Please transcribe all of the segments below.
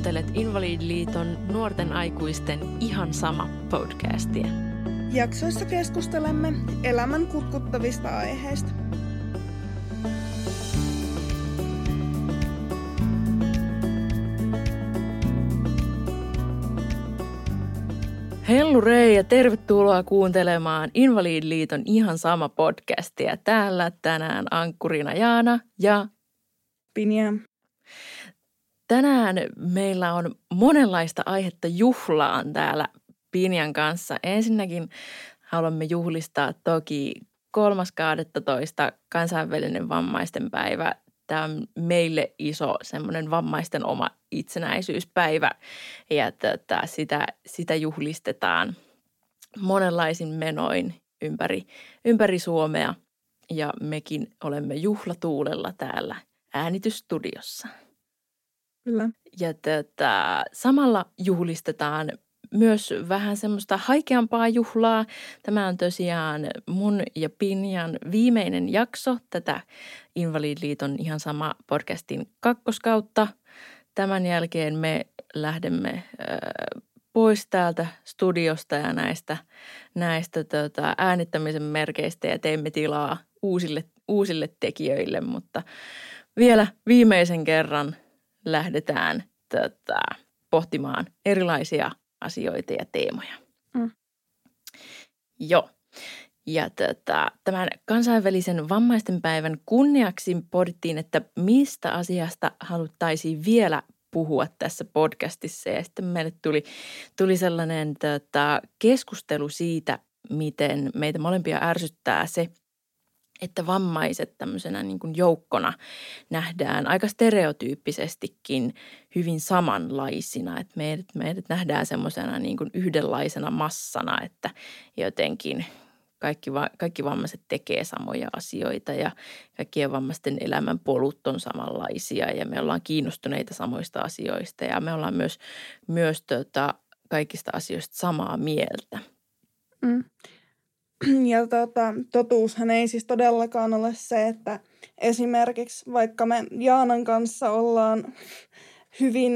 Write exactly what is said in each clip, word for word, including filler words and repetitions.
Kuuntelet Invalidiliiton nuorten aikuisten Ihan sama podcastia. Jaksoissa keskustelemme elämän kutkuttavista aiheista. Hellurei ja tervetuloa kuuntelemaan Invalidiliiton Ihan sama podcastia. Täällä tänään ankkurina Jaana ja Pinja. Tänään meillä on monenlaista aihetta juhlaan täällä Pinjan kanssa. Ensinnäkin haluamme juhlistaa toki kolmas kahdennentoista kansainvälinen vammaisten päivä. Tämä on meille iso semmoinen vammaisten oma itsenäisyyspäivä ja tätä, sitä, sitä juhlistetaan monenlaisin menoin ympäri, ympäri Suomea ja mekin olemme juhlatuulella täällä äänitysstudiossa. Kyllä. Ja tätä, samalla juhlistetaan myös vähän semmoista haikeampaa juhlaa. Tämä on tosiaan mun ja Pinjan viimeinen jakso tätä Invalidiliiton Ihan sama podcastin kakkoskautta. Tämän jälkeen me lähdemme äh, pois täältä studiosta ja näistä, näistä tota, äänittämisen merkeistä ja teemme tilaa uusille, uusille tekijöille, mutta vielä viimeisen kerran lähdetään tota, pohtimaan erilaisia asioita ja teemoja. Mm. Joo. Ja tota, tämän kansainvälisen vammaisten päivän kunniaksi pohdittiin, että mistä asiasta haluttaisiin vielä puhua tässä podcastissa. Ja sitten meille tuli, tuli sellainen tota, keskustelu siitä, miten meitä molempia ärsyttää se, että vammaiset tämmöisenä niin kuin joukkona nähdään aika stereotyyppisestikin hyvin samanlaisina. Että meidät, meidät nähdään semmoisena niin kuin yhdenlaisena massana, että jotenkin kaikki, kaikki vammaiset tekee samoja asioita ja kaikkien vammaisten elämän polut on samanlaisia ja me ollaan kiinnostuneita samoista asioista ja me ollaan myös, myös tota, kaikista asioista samaa mieltä. Mm. Ja tota, totuushan ei siis todellakaan ole se, että esimerkiksi vaikka me Jaanan kanssa ollaan hyvin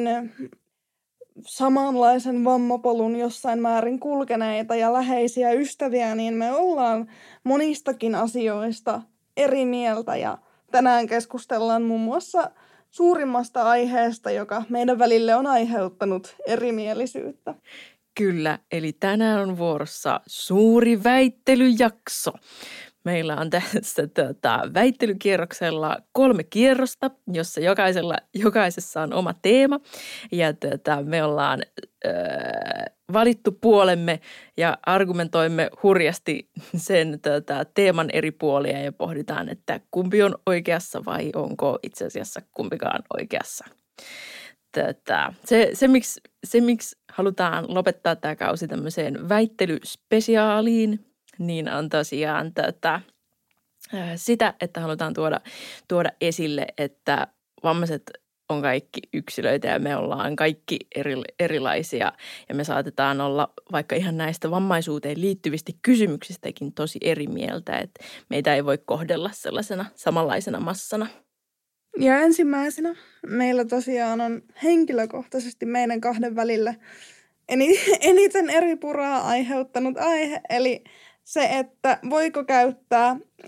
samanlaisen vammapolun jossain määrin kulkeneita ja läheisiä ystäviä, niin me ollaan monistakin asioista eri mieltä. Ja tänään keskustellaan muun muassa suurimmasta aiheesta, joka meidän välille on aiheuttanut erimielisyyttä. Kyllä, eli tänään on vuorossa suuri väittelyjakso. Meillä on tässä tota, väittelykierroksella kolme kierrosta, jossa jokaisella, jokaisessa on oma teema. Ja tota, me ollaan ö, valittu puolemme ja argumentoimme hurjasti sen tota, teeman eri puolia ja pohditaan, että kumpi on oikeassa vai onko itse asiassa kumpikaan oikeassa. Tätä. Se, se, miksi, se, miksi halutaan lopettaa tämä kausi tämmöiseen väittelyspesiaaliin, niin on tosiaan tätä, sitä, että halutaan tuoda, tuoda esille, että vammaiset on kaikki yksilöitä ja me ollaan kaikki eri, erilaisia ja me saatetaan olla vaikka ihan näistä vammaisuuteen liittyvistä kysymyksistäkin tosi eri mieltä, että meitä ei voi kohdella sellaisena samanlaisena massana. Ja ensimmäisenä meillä tosiaan on henkilökohtaisesti meidän kahden välillä eniten eri puraa aiheuttanut aihe, eli se, että voiko käyttää ö,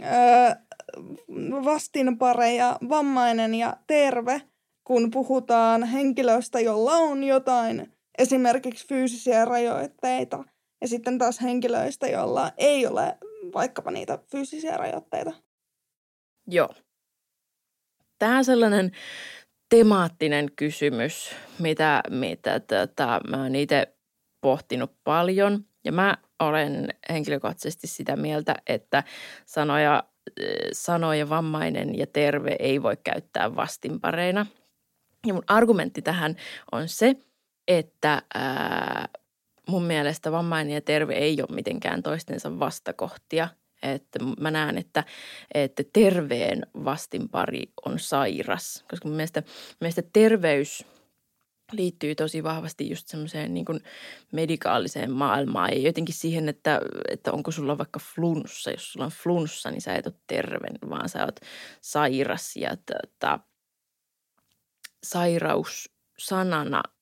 vastinpareja vammainen ja terve, kun puhutaan henkilöstä, jolla on jotain esimerkiksi fyysisiä rajoitteita, ja sitten taas henkilöistä, jolla ei ole vaikkapa niitä fyysisiä rajoitteita. Joo. Tämä on sellainen temaattinen kysymys, mitä, mitä tota, mä oon itse pohtinut paljon. Ja mä olen henkilökohtaisesti sitä mieltä, että sanoja, sanoja vammainen ja terve ei voi käyttää vastinpareina. Ja mun argumentti tähän on se, että ää, mun mielestä vammainen ja terve ei ole mitenkään toistensa vastakohtia. Että mä näen, että, että terveen vastinpari on sairas, koska mun mielestä, mun mielestä terveys liittyy tosi vahvasti just semmoiseen niin kuin medikaaliseen maailmaan ja jotenkin siihen, että, että onko sulla vaikka flunssa. Jos sulla on flunssa, niin sä et ole terve, vaan sä oot sairas ja tota, sairaus sanana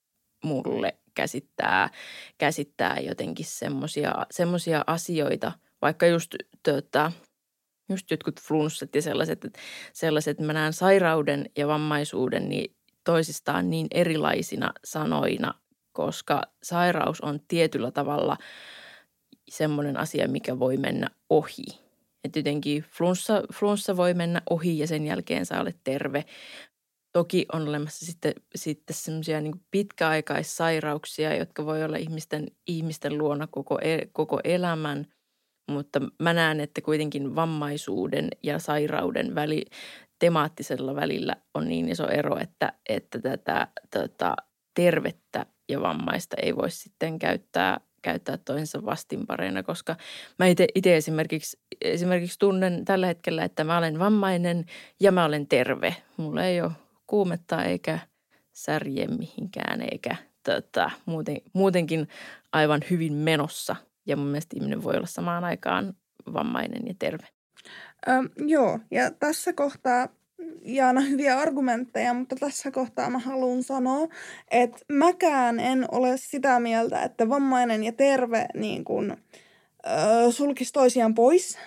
mulle käsittää, käsittää jotenkin semmoisia semmoisia asioita, vaikka just, tota, just jotkut flunssat ja sellaiset, että sellaiset, että mä näen sairauden ja vammaisuuden niin toisistaan niin erilaisina sanoina, koska sairaus on tietyllä tavalla semmoinen asia, mikä voi mennä ohi. Että jotenkin flunssa, flunssa voi mennä ohi ja sen jälkeen sä olet terve. Toki on olemassa sitten, sitten semmoisia niin pitkäaikaissairauksia, jotka voi olla ihmisten, ihmisten luona koko, koko elämän. Mutta mä näen, että kuitenkin vammaisuuden ja sairauden väli, temaattisella välillä on niin iso ero, että, että tätä tota, tervettä ja vammaista ei voi sitten käyttää, käyttää toisensa vastinpareina, koska mä itse esimerkiksi, esimerkiksi tunnen tällä hetkellä, että mä olen vammainen ja mä olen terve. Mulla ei ole kuumetta eikä särje mihinkään eikä tota, muuten, muutenkin aivan hyvin menossa. Ja mun mielestä ihminen voi olla samaan aikaan vammainen ja terve. Ähm, joo, ja tässä kohtaa, Jaana, hyviä argumentteja, mutta tässä kohtaa mä haluan sanoa, että mäkään en ole sitä mieltä, että vammainen ja terve niin kun, äh, sulkisi toisiaan pois.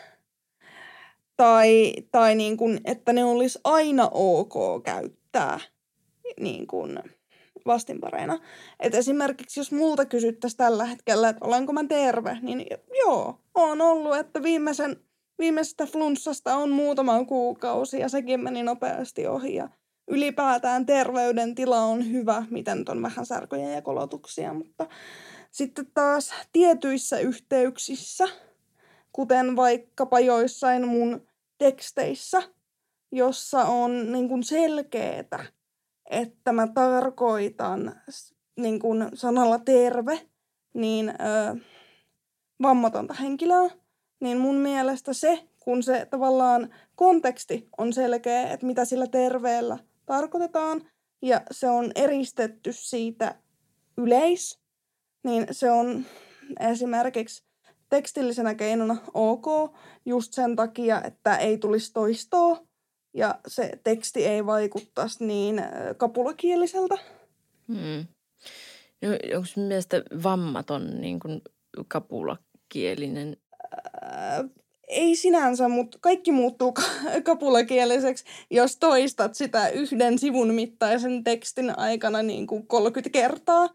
Tai, tai niin kun, että ne olisi aina ok käyttää niin kun vastinpareina. Et esimerkiksi jos multa kysyttäisiin tällä hetkellä, että olenko mä terve, niin joo, on ollut, että viimeisen, viimeisestä flunssasta on muutama kuukausi ja sekin meni nopeasti ohi. Ja ylipäätään terveydentila on hyvä, miten on vähän särköjä ja kolotuksia, mutta sitten taas tietyissä yhteyksissä, kuten vaikkapa joissain mun teksteissä, jossa on niin kuin selkeetä, että mä tarkoitan niin kuin sanalla terve, niin ö, vammatonta henkilöä, niin mun mielestä se, kun se tavallaan konteksti on selkeä, että mitä sillä terveellä tarkoitetaan, ja se on eristetty siitä yleis, niin se on esimerkiksi tekstillisenä keinona ok, just sen takia, että ei tulisi toistoa, ja se teksti ei vaikuttaisi niin kapulakieliseltä. Hmm. No, onko mielestä vammaton niin kuin kapulakielinen? Ää, ei sinänsä, mutta kaikki muuttuu ka- kapulakieliseksi, jos toistat sitä yhden sivun mittaisen tekstin aikana niin kuin kolmekymmentä kertaa.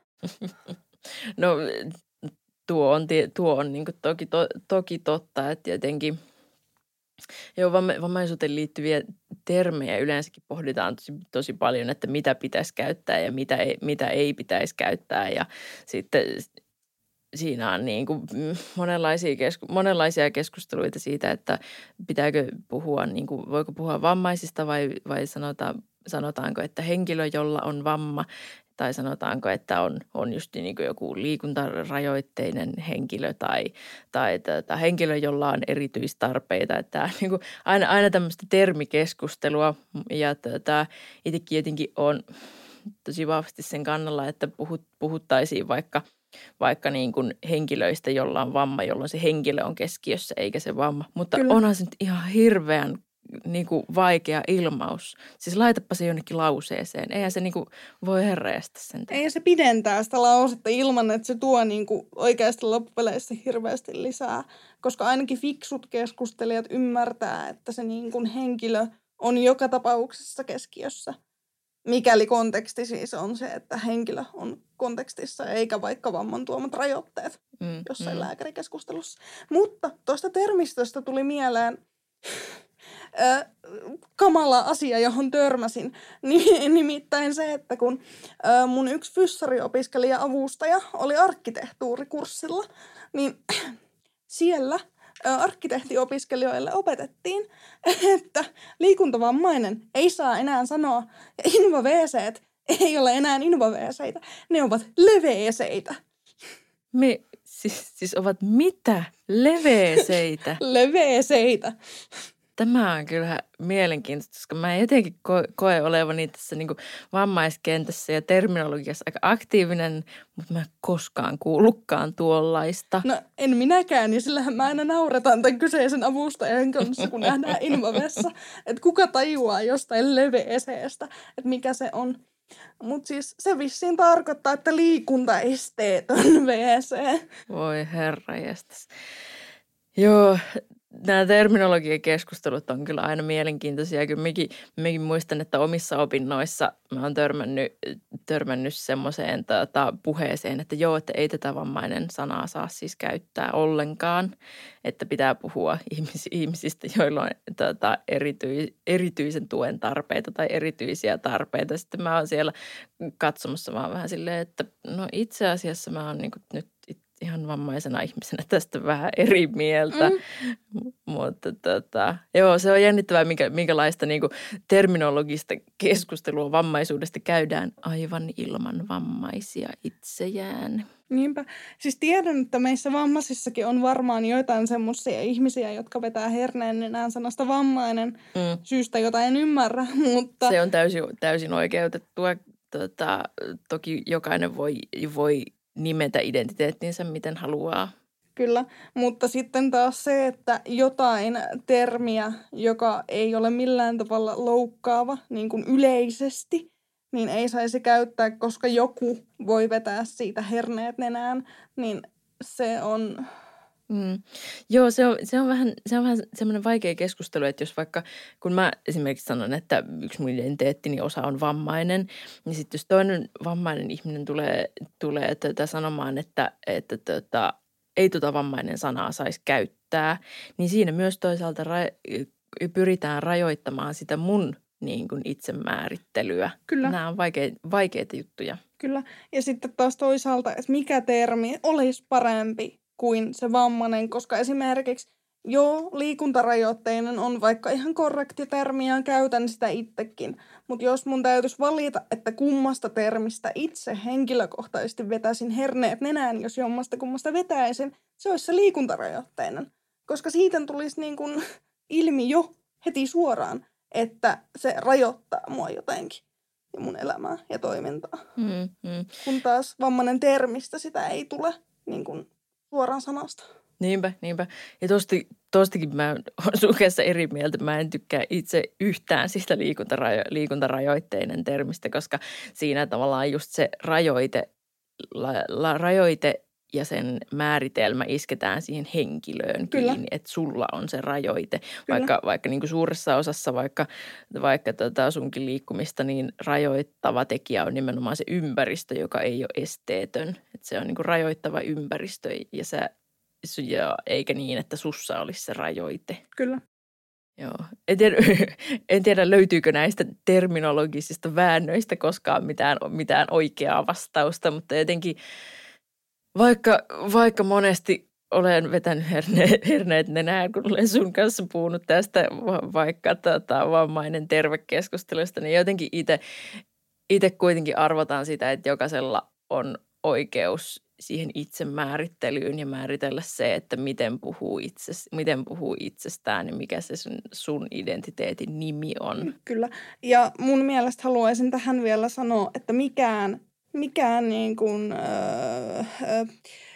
No tuo on, tuo on niin kuin toki, to, toki totta, että jotenkin joo, vammaisuuteen liittyviä termejä yleensäkin pohditaan tosi, tosi paljon, että mitä pitäisi käyttää ja mitä ei, mitä ei pitäisi käyttää. Ja sitten siinä on niin kuin monenlaisia, kesku, monenlaisia keskusteluita siitä, että pitääkö puhua, niin kuin, voiko puhua vammaisista vai, vai sanotaan, sanotaanko, että henkilö, jolla on vamma, tai sanotaanko, että on, on just niin kuin joku liikuntarajoitteinen henkilö tai, tai tätä henkilö, jolla on erityistarpeita. Että niin kuin aina, aina tämmöistä termikeskustelua ja tätä, itsekin jotenkin on tosi vahvasti sen kannalla, että puhut, puhuttaisiin vaikka, vaikka niin kuin henkilöistä, jolla on vamma, jolloin se henkilö on keskiössä eikä se vamma. Mutta Kyllä. onhan se nyt ihan hirveän niin kuin vaikea ilmaus. Siis laitapa se jonnekin lauseeseen. Eihän se niin kuin voi herreästä sen. Eihän se pidentää sitä lausetta ilman, että se tuo niin kuin oikeasti loppupeleissä hirveästi lisää. Koska ainakin fiksut keskustelijat ymmärtää, että se niin kuin henkilö on joka tapauksessa keskiössä. Mikäli konteksti siis on se, että henkilö on kontekstissa eikä vaikka vamman tuomat rajoitteet mm, jossain mm. lääkärikeskustelussa. Mutta tuosta termistöstä tuli mieleen Ö, kamala asia, johon törmäsin. Nimittäin se, että kun ö, mun yksi fyssariopiskelija-avustaja oli arkkitehtuurikurssilla, niin siellä ö, arkkitehtiopiskelijoille opetettiin, että liikuntavammainen ei saa enää sanoa, ja invaveeseet ei ole enää invaveeseitä, ne ovat leveeseitä. Me, siis, siis ovat mitä? Leveeseitä? Leveeseitä. Tämä on kyllä mielenkiintoista, koska mä jotenkin ko- koe olevani tässä niin kuin vammaiskentässä ja terminologiassa aika aktiivinen, mutta mä en koskaan kuullutkaan tuollaista. No en minäkään, ja sillähän mä aina nauretaan tämän kyseisen avustajan kanssa, kun nähdään invavessa, että kuka tajuaa jostain leveeseestä, että mikä se on. Mutta siis se vissiin tarkoittaa, että liikuntaesteetön wc. Voi herranjestas. Joo, nämä terminologiakeskustelut on kyllä aina mielenkiintoisia. Kyllä mekin, mekin muistan, että omissa opinnoissa mä oon törmännyt, törmännyt semmoiseen tota, puheeseen, että joo, että ei tätä vammainen sanaa saa siis käyttää ollenkaan. Että pitää puhua ihmis, ihmisistä, joilla on tota, erity, erityisen tuen tarpeita tai erityisiä tarpeita. Sitten mä oon siellä katsomassa vaan vähän silleen, että no itse asiassa mä oon niin kuin nyt ihan vammaisena ihmisenä tästä vähän eri mieltä, mm. mutta tota, joo, se on jännittävää, minkä, minkälaista niin kuin terminologista keskustelua vammaisuudesta käydään aivan ilman vammaisia itseään. Niinpä. Siis tiedän, että meissä vammaisissakin on varmaan joitain semmoisia ihmisiä, jotka vetää herneen nenään sanasta vammainen mm. syystä, jota en ymmärrä, mutta... Se on täysin, täysin oikeutettua. Tota, toki jokainen voi, voi nimetä identiteettinsä miten haluaa. Kyllä, mutta sitten taas se, että jotain termiä, joka ei ole millään tavalla loukkaava niin kuin yleisesti, niin ei saisi käyttää, koska joku voi vetää siitä herneet nenään, niin se on... Mm. Joo, se on, se on vähän, se on vähän semmoinen vaikea keskustelu, että jos vaikka, kun mä esimerkiksi sanon, että yksi mun identiteettini osa on vammainen, niin sitten jos toinen vammainen ihminen tulee, tulee tätä sanomaan, että, että tota, ei tuota vammainen sanaa saisi käyttää, niin siinä myös toisaalta ra- pyritään rajoittamaan sitä mun niin kuin itsemäärittelyä. Kyllä. Nämä on vaikeita, vaikeita juttuja. Kyllä, ja sitten taas toisaalta, että mikä termi olisi parempi kuin se vammainen, koska esimerkiksi joo, liikuntarajoitteinen on vaikka ihan korrekti termi ja käytän sitä itsekin, mutta jos mun täytyisi valita, että kummasta termistä itse henkilökohtaisesti vetäisin herneet nenään, jos jommasta kummasta vetäisin, se olisi se liikuntarajoitteinen, koska siitä tulisi niin kuin ilmi jo heti suoraan, että se rajoittaa mua jotenkin ja mun elämää ja toimintaa. Mm, mm. Kun taas vammainen termistä sitä ei tule niin kuin suoraan sanasta. Niinpä, niinpä. Ja tosti, tostikin mä olen sun kanssa eri mieltä. Mä en tykkää itse yhtään siitä liikuntarajo- liikuntarajoitteinen termistä, koska siinä tavallaan just se rajoite, la, la, rajoite ja sen määritelmä isketään siihen henkilöön kiinni, että sulla on se rajoite. Kyllä. Vaikka, vaikka niin kuin suuressa osassa vaikka, vaikka tota sunkin liikkumista, niin rajoittava tekijä on nimenomaan se ympäristö, joka ei ole esteetön. Että se on niin kuin rajoittava ympäristö ja sä ja eikä niin, että sussa olisi se rajoite. Kyllä. Joo. En tiedä, en tiedä, löytyykö näistä terminologisista väännöistä koskaan mitään, mitään oikeaa vastausta, mutta jotenkin vaikka, vaikka monesti olen vetänyt herne, herneet nenään, kun olen sun kanssa puhunut tästä vaikka tota, vammainen tervekeskustelusta, niin jotenkin itse, itse kuitenkin arvotan sitä, että jokaisella on oikeus siihen itsemäärittelyyn ja määritellä se, että miten puhuu, itses, miten puhuu itsestään ja mikä se sun, sun identiteetin nimi on. Kyllä. Ja mun mielestä haluaisin tähän vielä sanoa, että mikään, mikään niin kuin, öö, öö,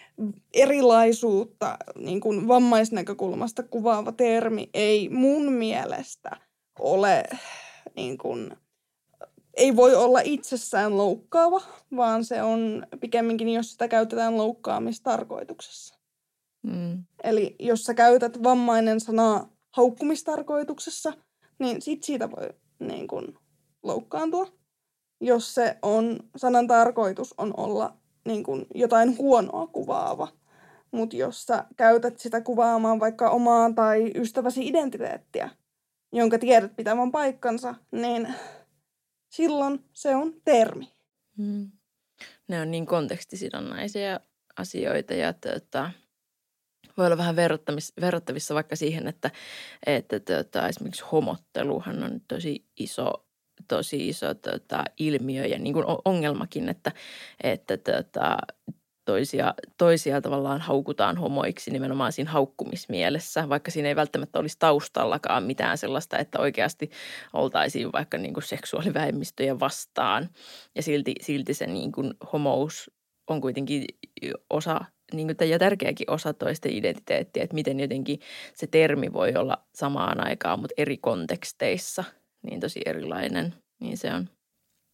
erilaisuutta niin kuin vammaisnäkökulmasta kuvaava termi ei mun mielestä ole niin kuin, ei voi olla itsessään loukkaava, vaan se on pikemminkin, jos sitä käytetään loukkaamistarkoituksessa. Mm. Eli jos sä käytät vammainen sanaa haukkumistarkoituksessa, niin sit siitä voi niin kun, loukkaantua. Jos se on, sanan tarkoitus on olla niin kun, jotain huonoa kuvaava. Mutta jos sä käytät sitä kuvaamaan vaikka omaa tai ystäväsi identiteettiä, jonka tiedät pitävän paikkansa, niin silloin se on termi. Hmm. Ne on niin kontekstisidonnaisia asioita ja tota, voi olla vähän verrattavissa vaikka siihen, että, että tota, esimerkiksi homotteluhan on tosi iso, tosi iso tota, ilmiö ja niin kuin ongelmakin, että, että tota, toisia, toisia tavallaan haukutaan homoiksi nimenomaan siinä haukkumismielessä, vaikka siinä ei välttämättä olisi taustallakaan mitään sellaista, että oikeasti oltaisiin vaikka niin kuin seksuaalivähemmistöjä vastaan. Ja silti, silti se niin kuin homous on kuitenkin osa, niin kuin, ja tärkeäkin osa toisten identiteettiä, että miten jotenkin se termi voi olla samaan aikaan, mutta eri konteksteissa niin tosi erilainen, niin se on.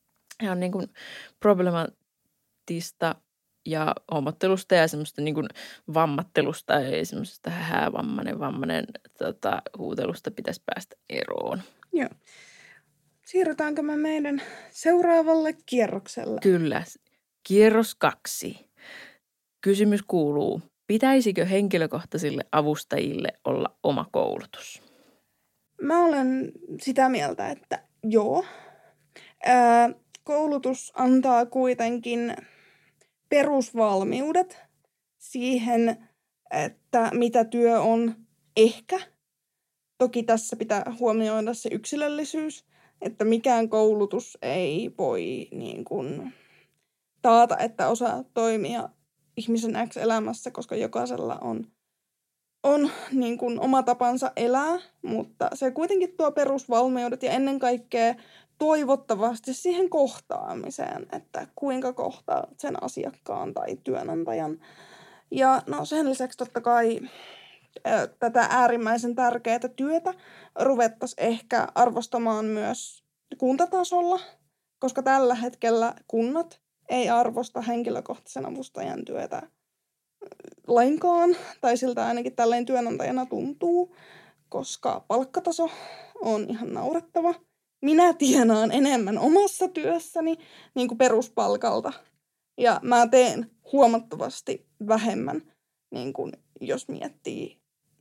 ihan niin kuin problemaattista ja homottelusta ja semmoista niin kuin vammattelusta ja semmoisesta häävammainen, vammainen tota, huutelusta pitäisi päästä eroon. Joo. Siirrytäänkö me meidän seuraavalle kierrokselle? Kyllä. Kierros kaksi. Kysymys kuuluu, pitäisikö henkilökohtaisille avustajille olla oma koulutus? Mä olen sitä mieltä, että joo. Ää, koulutus antaa kuitenkin perusvalmiudet siihen, että mitä työ on ehkä. Toki tässä pitää huomioida se yksilöllisyys, että mikään koulutus ei voi niin kuin taata, että osaa toimia ihmisen X-elämässä, koska jokaisella on, on niin kuin oma tapansa elää, mutta se kuitenkin tuo perusvalmiudet ja ennen kaikkea toivottavasti siihen kohtaamiseen, että kuinka kohtaa sen asiakkaan tai työnantajan. Ja no sen lisäksi totta kai ää, tätä äärimmäisen tärkeää työtä ruvettaisiin ehkä arvostamaan myös kuntatasolla, koska tällä hetkellä kunnat ei arvosta henkilökohtaisen avustajan työtä lainkaan, tai siltä ainakin tälleen työnantajana tuntuu, koska palkkataso on ihan naurettava. Minä tienaan enemmän omassa työssäni niin kuin peruspalkalta, ja mä teen huomattavasti vähemmän, niin kuin jos miettii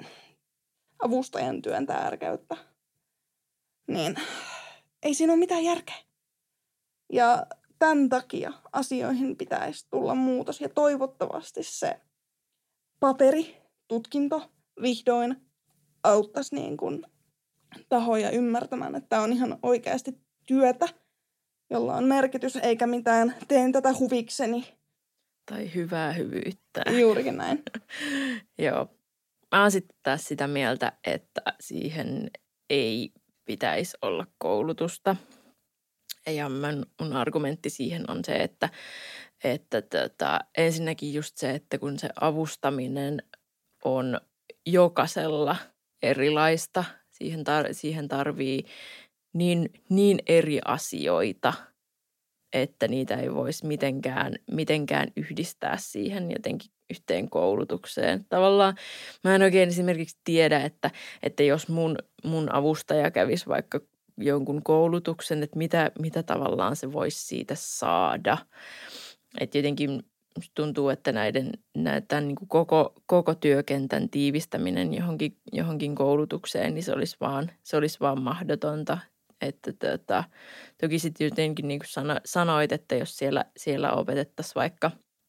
avustajan työn tärkeyttä. Niin ei siinä ole mitään järkeä. Ja tämän takia asioihin pitäisi tulla muutos ja toivottavasti se paperi, tutkinto vihdoin auttaisi niin kuin tahoja ymmärtämään, että tämä on ihan oikeasti työtä, jolla on merkitys, eikä mitään teen tätä huvikseni. Tai hyvää hyvyyttä. Juurikin näin. Joo. Mä oon sitten taas sitä mieltä, että siihen ei pitäisi olla koulutusta. Ja mun, mun argumentti siihen on se, että, että tota, ensinnäkin just se, että kun se avustaminen on jokaisella erilaista, siihen, tar- siihen tarvii niin, niin eri asioita, että niitä ei voisi mitenkään, mitenkään yhdistää siihen jotenkin yhteen koulutukseen. Tavallaan mä en oikein esimerkiksi tiedä, että, että jos mun, mun avustaja kävisi vaikka jonkun koulutuksen, että mitä, mitä tavallaan se voisi siitä saada. Että jotenkin tuntuu, että näiden, tämän niin kuin koko, koko työkentän tiivistäminen johonkin, johonkin koulutukseen, niin se olisi vaan, se olisi vaan mahdotonta. Että tota, toki sitten jotenkin niin kuin sano, sanoit, että jos siellä, siellä opetettaisiin vaikka,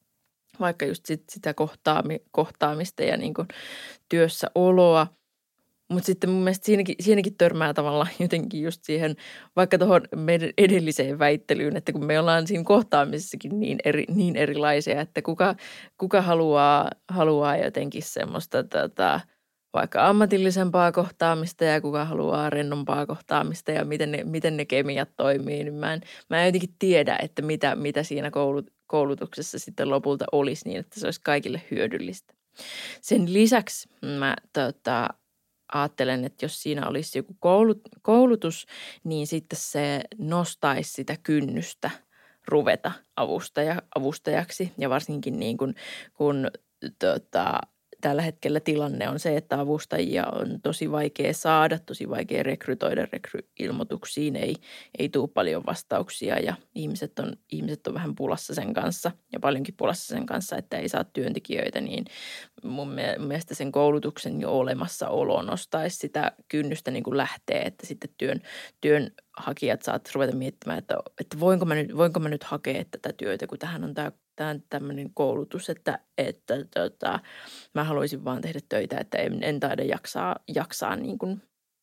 vaikka just sit sitä kohtaami, kohtaamista ja niin kuin työssäoloa, mutta sitten mun mielestä siinäkin, siinäkin törmää tavallaan jotenkin just siihen, vaikka tuohon meidän edelliseen väittelyyn, että kun me ollaan siinä kohtaamisessakin niin, eri, niin erilaisia, että kuka, kuka haluaa, haluaa jotenkin semmoista tota, vaikka ammatillisempaa kohtaamista ja kuka haluaa rennompaa kohtaamista ja miten ne, miten ne kemiat toimii, niin mä en, mä en jotenkin tiedä, että mitä, mitä siinä koulut, koulutuksessa sitten lopulta olisi niin, että se olisi kaikille hyödyllistä. Sen lisäksi mä tota, ajattelen, että jos siinä olisi joku koulutus, niin sitten se nostaisi sitä kynnystä ruveta avustaja, avustajaksi. Ja varsinkin niin kun, kun tota, tällä hetkellä tilanne on se, että avustajia on tosi vaikea saada, tosi vaikea rekrytoida, rekryilmoituksiin ei, ei tule paljon vastauksia ja ihmiset on, ihmiset on vähän pulassa sen kanssa ja paljonkin pulassa sen kanssa, että ei saa työntekijöitä, niin mun mielestä sen koulutuksen jo olemassaolo nostaisi sitä kynnystä niin kuin lähtee, että sitten työn, työnhakijat saat ruveta miettimään, että, että voinko, mä nyt, voinko mä nyt hakea tätä työtä, kun tähän on tämä Tämä on tämmöinen koulutus, että, että tota, mä haluaisin vaan tehdä töitä, että en, en taida jaksaa, jaksaa, niin kuin,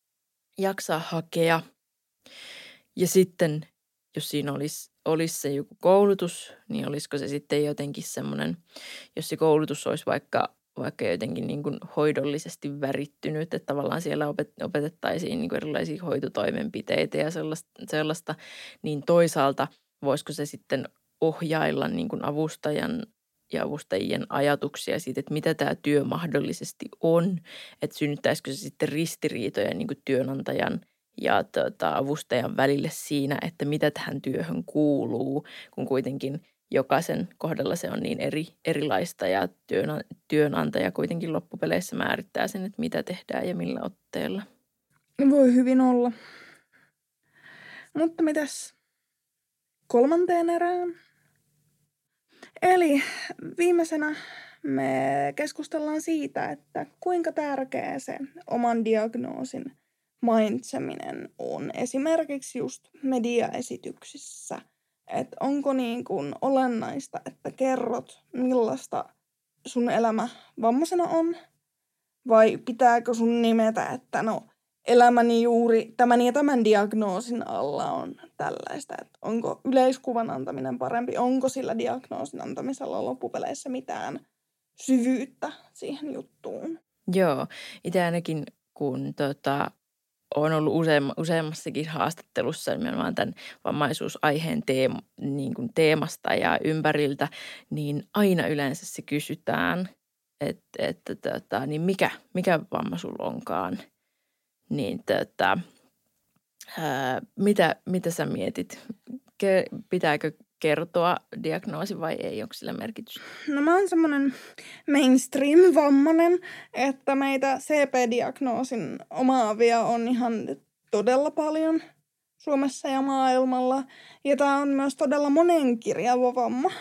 jaksaa hakea. Ja sitten, jos siinä olisi, olisi se joku koulutus, niin olisiko se sitten jotenkin semmoinen, jos se koulutus olisi vaikka, vaikka jotenkin niin kuin hoidollisesti värittynyt, että tavallaan siellä opetettaisiin niin kuin erilaisia hoitotoimenpiteitä ja sellaista, sellaista, niin toisaalta voisiko se sitten ohjailla niin kuin avustajan ja avustajien ajatuksia siitä, että mitä tämä työ mahdollisesti on, että synnyttäisikö se sitten ristiriitoja niin kuin työnantajan ja tota, avustajan välille siinä, että mitä tähän työhön kuuluu, kun kuitenkin jokaisen kohdalla se on niin eri, erilaista ja työn, työnantaja kuitenkin loppupeleissä määrittää sen, että mitä tehdään ja millä otteella. Voi hyvin olla. Mutta mitäs kolmanteen erään? Eli viimeisenä me keskustellaan siitä, että kuinka tärkeä se oman diagnoosin mainitseminen on esimerkiksi just mediaesityksissä. Että onko niin kuin olennaista, että kerrot, millaista sun elämä vammaisena on, vai pitääkö sun nimetä, että no elämäni juuri tämän ja tämän diagnoosin alla on tällaista, että onko yleiskuvan antaminen parempi, onko sillä diagnoosin antamisella loppupeleissä mitään syvyyttä siihen juttuun. Joo, itse ainakin kun tota, olen ollut useamma, useammassakin haastattelussa nimenomaan tämän vammaisuusaiheen teem, niin kuin teemasta ja ympäriltä, niin aina yleensä se kysytään, että, että tota, niin mikä, mikä vamma sulla onkaan. Niin tota, ää, mitä, mitä sä mietit? Ke, pitääkö kertoa diagnoosi vai ei? Onko sillä merkitystä? No mä oon semmoinen mainstream-vammainen, että meitä C P-diagnoosin omaavia on ihan todella paljon Suomessa ja maailmalla. Ja tää on myös todella monenkirjava vamma.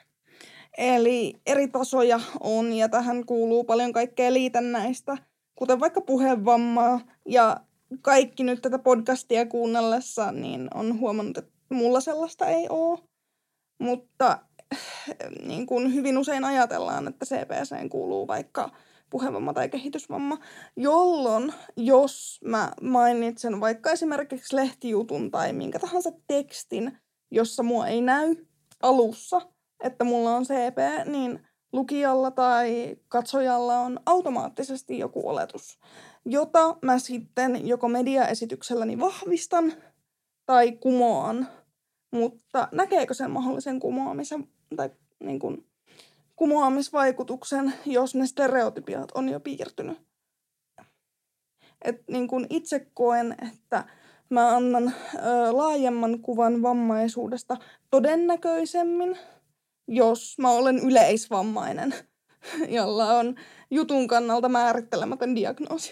Eli eri tasoja on ja tähän kuuluu paljon kaikkea liitännäistä, kuten vaikka puhevammaa. Ja kaikki nyt tätä podcastia kuunnellessa niin on huomannut, että mulla sellaista ei ole. Mutta niin kuin hyvin usein ajatellaan, että C P C:hen kuuluu vaikka puhevamma tai kehitysvamma, jolloin jos mä mainitsen vaikka esimerkiksi lehtijutun tai minkä tahansa tekstin, jossa mua ei näy alussa, että mulla on C P, niin lukijalla tai katsojalla on automaattisesti joku oletus, jota mä sitten joko mediaesitykselläni vahvistan tai kumoan. Mutta näkeekö sen mahdollisen kumoamisen tai niin kuin, kumoamisvaikutuksen, jos ne stereotypiat on jo piirtynyt? Et, niin kuin itse koen, että mä annan ö, laajemman kuvan vammaisuudesta todennäköisemmin, jos mä olen yleisvammainen, jolla on jutun kannalta määrittelemätön diagnoosi.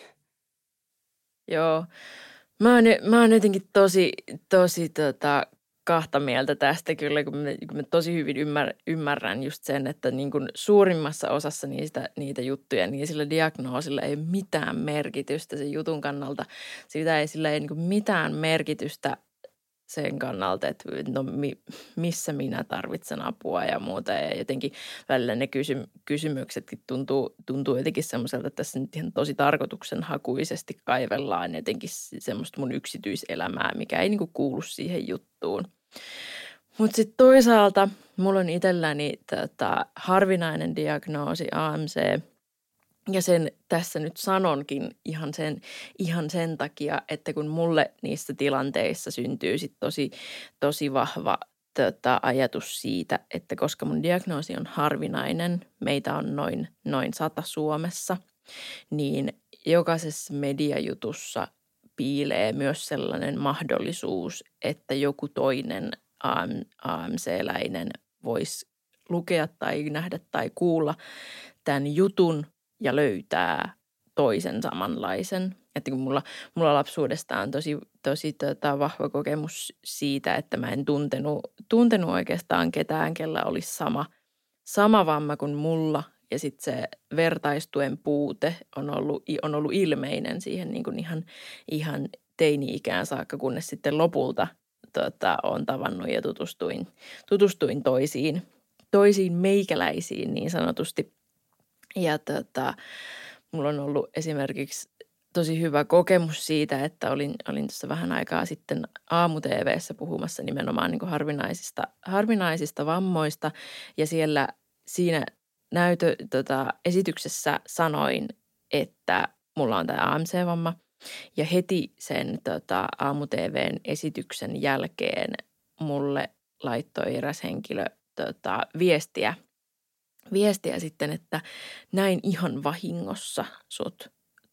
Joo, mä oon, mä oon jotenkin tosi, tosi tota, kahta mieltä tästä kyllä, kun mä, kun mä tosi hyvin ymmär, ymmärrän just sen, että niin kuin suurimmassa osassa niistä, niitä juttuja, niin sillä diagnoosilla ei mitään merkitystä sen jutun kannalta. Siitä ei sillä ei niin kuin mitään merkitystä sen kannalta, että no mi, missä minä tarvitsen apua ja muuta. Ja jotenkin välillä ne kysy, kysymyksetkin tuntuu, tuntuu jotenkin semmoiselta, että tässä nyt ihan tosi tarkoituksenhakuisesti kaivellaan jotenkin semmoista mun yksityiselämää, mikä ei niinku kuulu siihen juttuun. Mutta sitten toisaalta mulla on itselläni tota, harvinainen diagnoosi A M C. Ja sen tässä nyt sanonkin ihan sen, ihan sen takia, että kun mulle niissä tilanteissa syntyy sit tosi, tosi vahva tota, ajatus siitä, että koska mun diagnoosi on harvinainen, meitä on noin, noin sata Suomessa, niin jokaisessa mediajutussa piilee myös sellainen mahdollisuus, että joku toinen A M C-läinen voisi lukea tai nähdä tai kuulla tämän jutun ja löytää toisen samanlaisen. Että kun mulla, mulla lapsuudesta on tosi, tosi tota, vahva kokemus siitä, että mä en tuntenut, tuntenut oikeastaan ketään, kellä olisi sama, sama vamma kuin mulla. Ja sitten se vertaistuen puute on ollut, on ollut ilmeinen siihen niin kuin ihan, ihan teini-ikään saakka, kunnes sitten lopulta tota, olen tavannut ja tutustuin, tutustuin toisiin, toisiin meikäläisiin niin sanotusti. Ja tota, mulla on ollut esimerkiksi tosi hyvä kokemus siitä, että olin, olin tuossa vähän aikaa sitten aamu-T V:ssä puhumassa nimenomaan niin kuin harvinaisista, harvinaisista vammoista. Ja siellä siinä näytö, tota, esityksessä sanoin, että mulla on tämä A M C-vamma. Ja heti sen tota, aamu-T V:n esityksen jälkeen mulle laittoi eräs henkilö tota, viestiä. Viestiä sitten, että näin ihan vahingossa sut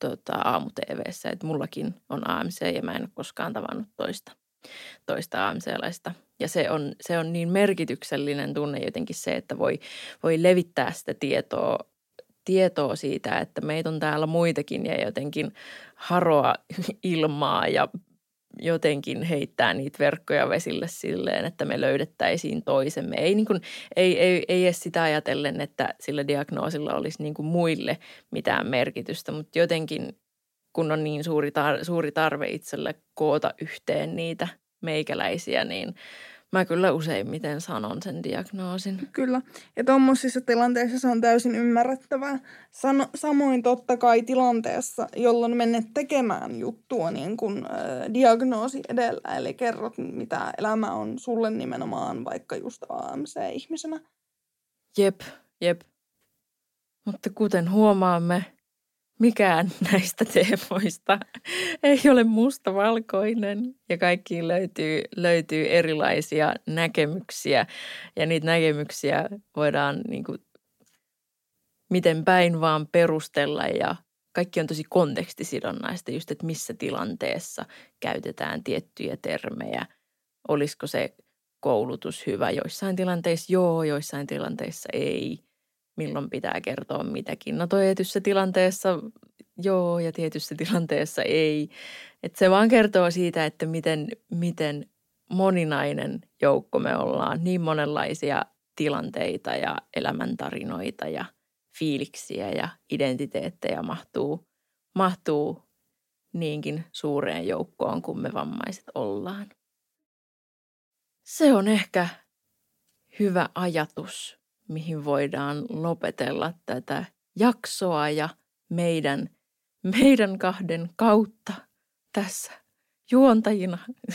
tota, aamu-tv:ssä, että mullakin on A M C ja mä en ole koskaan tavannut toista, toista A M C-laista. Ja se on, se on niin merkityksellinen tunne jotenkin se, että voi, voi levittää sitä tietoa, tietoa siitä, että meitä on täällä muitakin ja jotenkin haroa ilmaa ja jotenkin heittää niitä verkkoja vesille silleen, että me löydettäisiin toisemme. Ei, niin kuin, ei, ei, ei edes sitä ajatellen, että sillä diagnoosilla olisi niin kuin muille mitään merkitystä, mutta jotenkin kun on niin suuri, tar- suuri tarve itselle koota yhteen niitä meikäläisiä, niin mä kyllä useimmiten sanon sen diagnoosin. Kyllä. Ja tuommoisissa tilanteissa se on täysin ymmärrettävää. Sano, samoin totta kai tilanteessa, jolloin menet tekemään juttua niin kuin äh, diagnoosi edellä. Eli kerrot, mitä elämä on sulle nimenomaan vaikka just A M C-ihmisenä. Jep, jep. Mutta kuten huomaamme, mikään näistä teemoista ei ole mustavalkoinen ja kaikkiin löytyy, löytyy erilaisia näkemyksiä ja niitä näkemyksiä voidaan niin kuin, miten päin vaan perustella ja kaikki on tosi kontekstisidonnaista just, että missä tilanteessa käytetään tiettyjä termejä. Olisiko se koulutus hyvä? Joissain tilanteissa joo, joissain tilanteissa ei. Milloin pitää kertoa mitäkin. No tietyssä tilanteessa joo ja tietyssä tilanteessa ei. Että se vaan kertoo siitä, että miten, miten moninainen joukko me ollaan. Niin monenlaisia tilanteita ja elämäntarinoita ja fiiliksiä ja identiteettejä mahtuu, mahtuu niinkin suureen joukkoon kuin me vammaiset ollaan. Se on ehkä hyvä ajatus, mihin voidaan lopetella tätä jaksoa ja meidän, meidän kahden kautta tässä juontajina.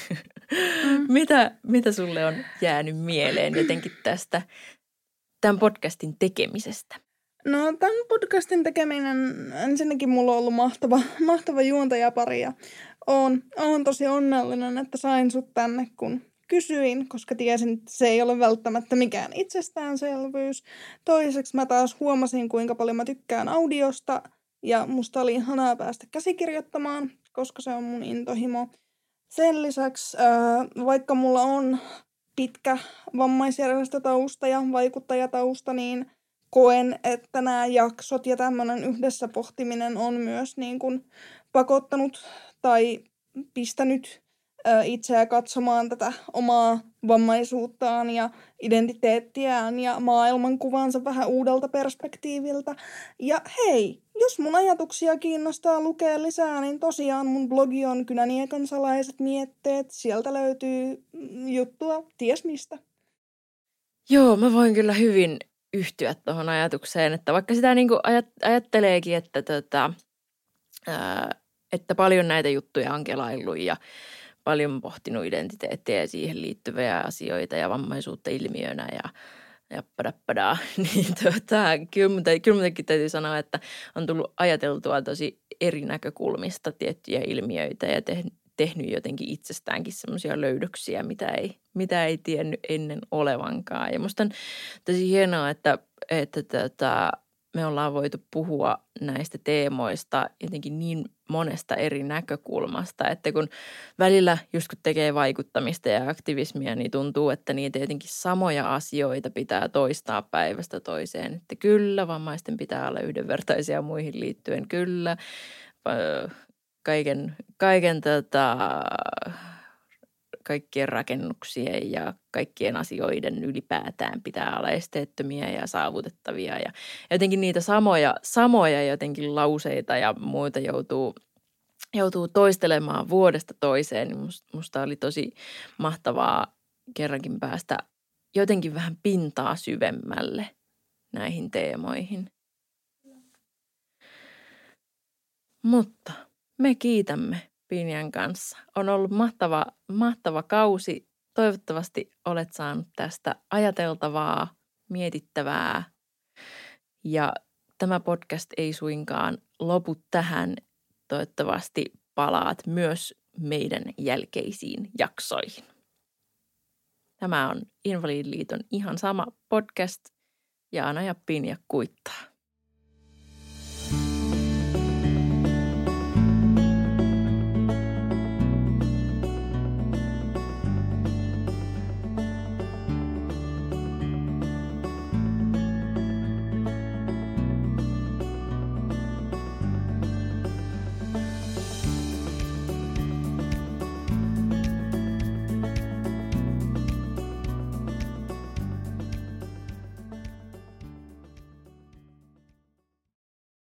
Mm. mitä, mitä sulle on jäänyt mieleen jotenkin tästä tämän podcastin tekemisestä? No tämän podcastin tekeminen, ensinnäkin mulla on ollut mahtava, mahtava juontajapari ja oon, oon tosi onnellinen, että sain sut tänne, kun kysyin, koska tiesin, että se ei ole välttämättä mikään itsestäänselvyys. Toiseksi mä taas huomasin, kuinka paljon mä tykkään audiosta ja musta oli ihanaa päästä käsikirjoittamaan, koska se on mun intohimo. Sen lisäksi, vaikka mulla on pitkä vammaisjärjestötausta ja vaikuttajatausta, niin koen, että nämä jaksot ja tämmöinen yhdessä pohtiminen on myös niin kuin pakottanut tai pistänyt itseä katsomaan tätä omaa vammaisuuttaan ja identiteettiään ja maailmankuvansa vähän uudelta perspektiiviltä. Ja hei, jos mun ajatuksia kiinnostaa lukea lisää, niin tosiaan mun blogi on Kynäniekan salaiset mietteet. Sieltä löytyy juttua ties mistä. Joo, mä voin kyllä hyvin yhtyä tuohon ajatukseen, että vaikka sitä niin kuin ajat- ajatteleekin, että, tota, ää, että paljon näitä juttuja on kelaillut ja paljon pohtinut identiteettiä ja siihen liittyviä asioita ja vammaisuutta ilmiönä ja, ja padappadaa, niin tota, kyllä, mun, kyllä munkin täytyy sanoa, että on tullut ajateltua tosi eri näkökulmista tiettyjä ilmiöitä ja tehnyt, tehnyt jotenkin itsestäänkin semmoisia löydöksiä, mitä ei, mitä ei tiennyt ennen olevankaan. Ja musta on tosi hienoa, että, että tota, me ollaan voitu puhua näistä teemoista jotenkin niin monesta eri näkökulmasta, että kun välillä just kun tekee vaikuttamista ja aktivismia, niin tuntuu, että niitä jotenkin samoja asioita pitää toistaa päivästä toiseen. Että kyllä vammaisten pitää olla yhdenvertaisia muihin liittyen, kyllä kaiken, kaiken tota, kaikkien rakennuksien ja kaikkien asioiden ylipäätään pitää olla esteettömiä ja saavutettavia. Ja jotenkin niitä samoja, samoja jotenkin lauseita ja muita joutuu, joutuu toistelemaan vuodesta toiseen. Musta, musta oli tosi mahtavaa kerrankin päästä jotenkin vähän pintaa syvemmälle näihin teemoihin. Mutta me kiitämme Pinjan kanssa. On ollut mahtava, mahtava kausi. Toivottavasti olet saanut tästä ajateltavaa, mietittävää. Ja tämä podcast ei suinkaan lopu tähän. Toivottavasti palaat myös meidän jälkeisiin jaksoihin. Tämä on Invalidiliiton ihan sama podcast ja Ana ja Pinja kuittaa.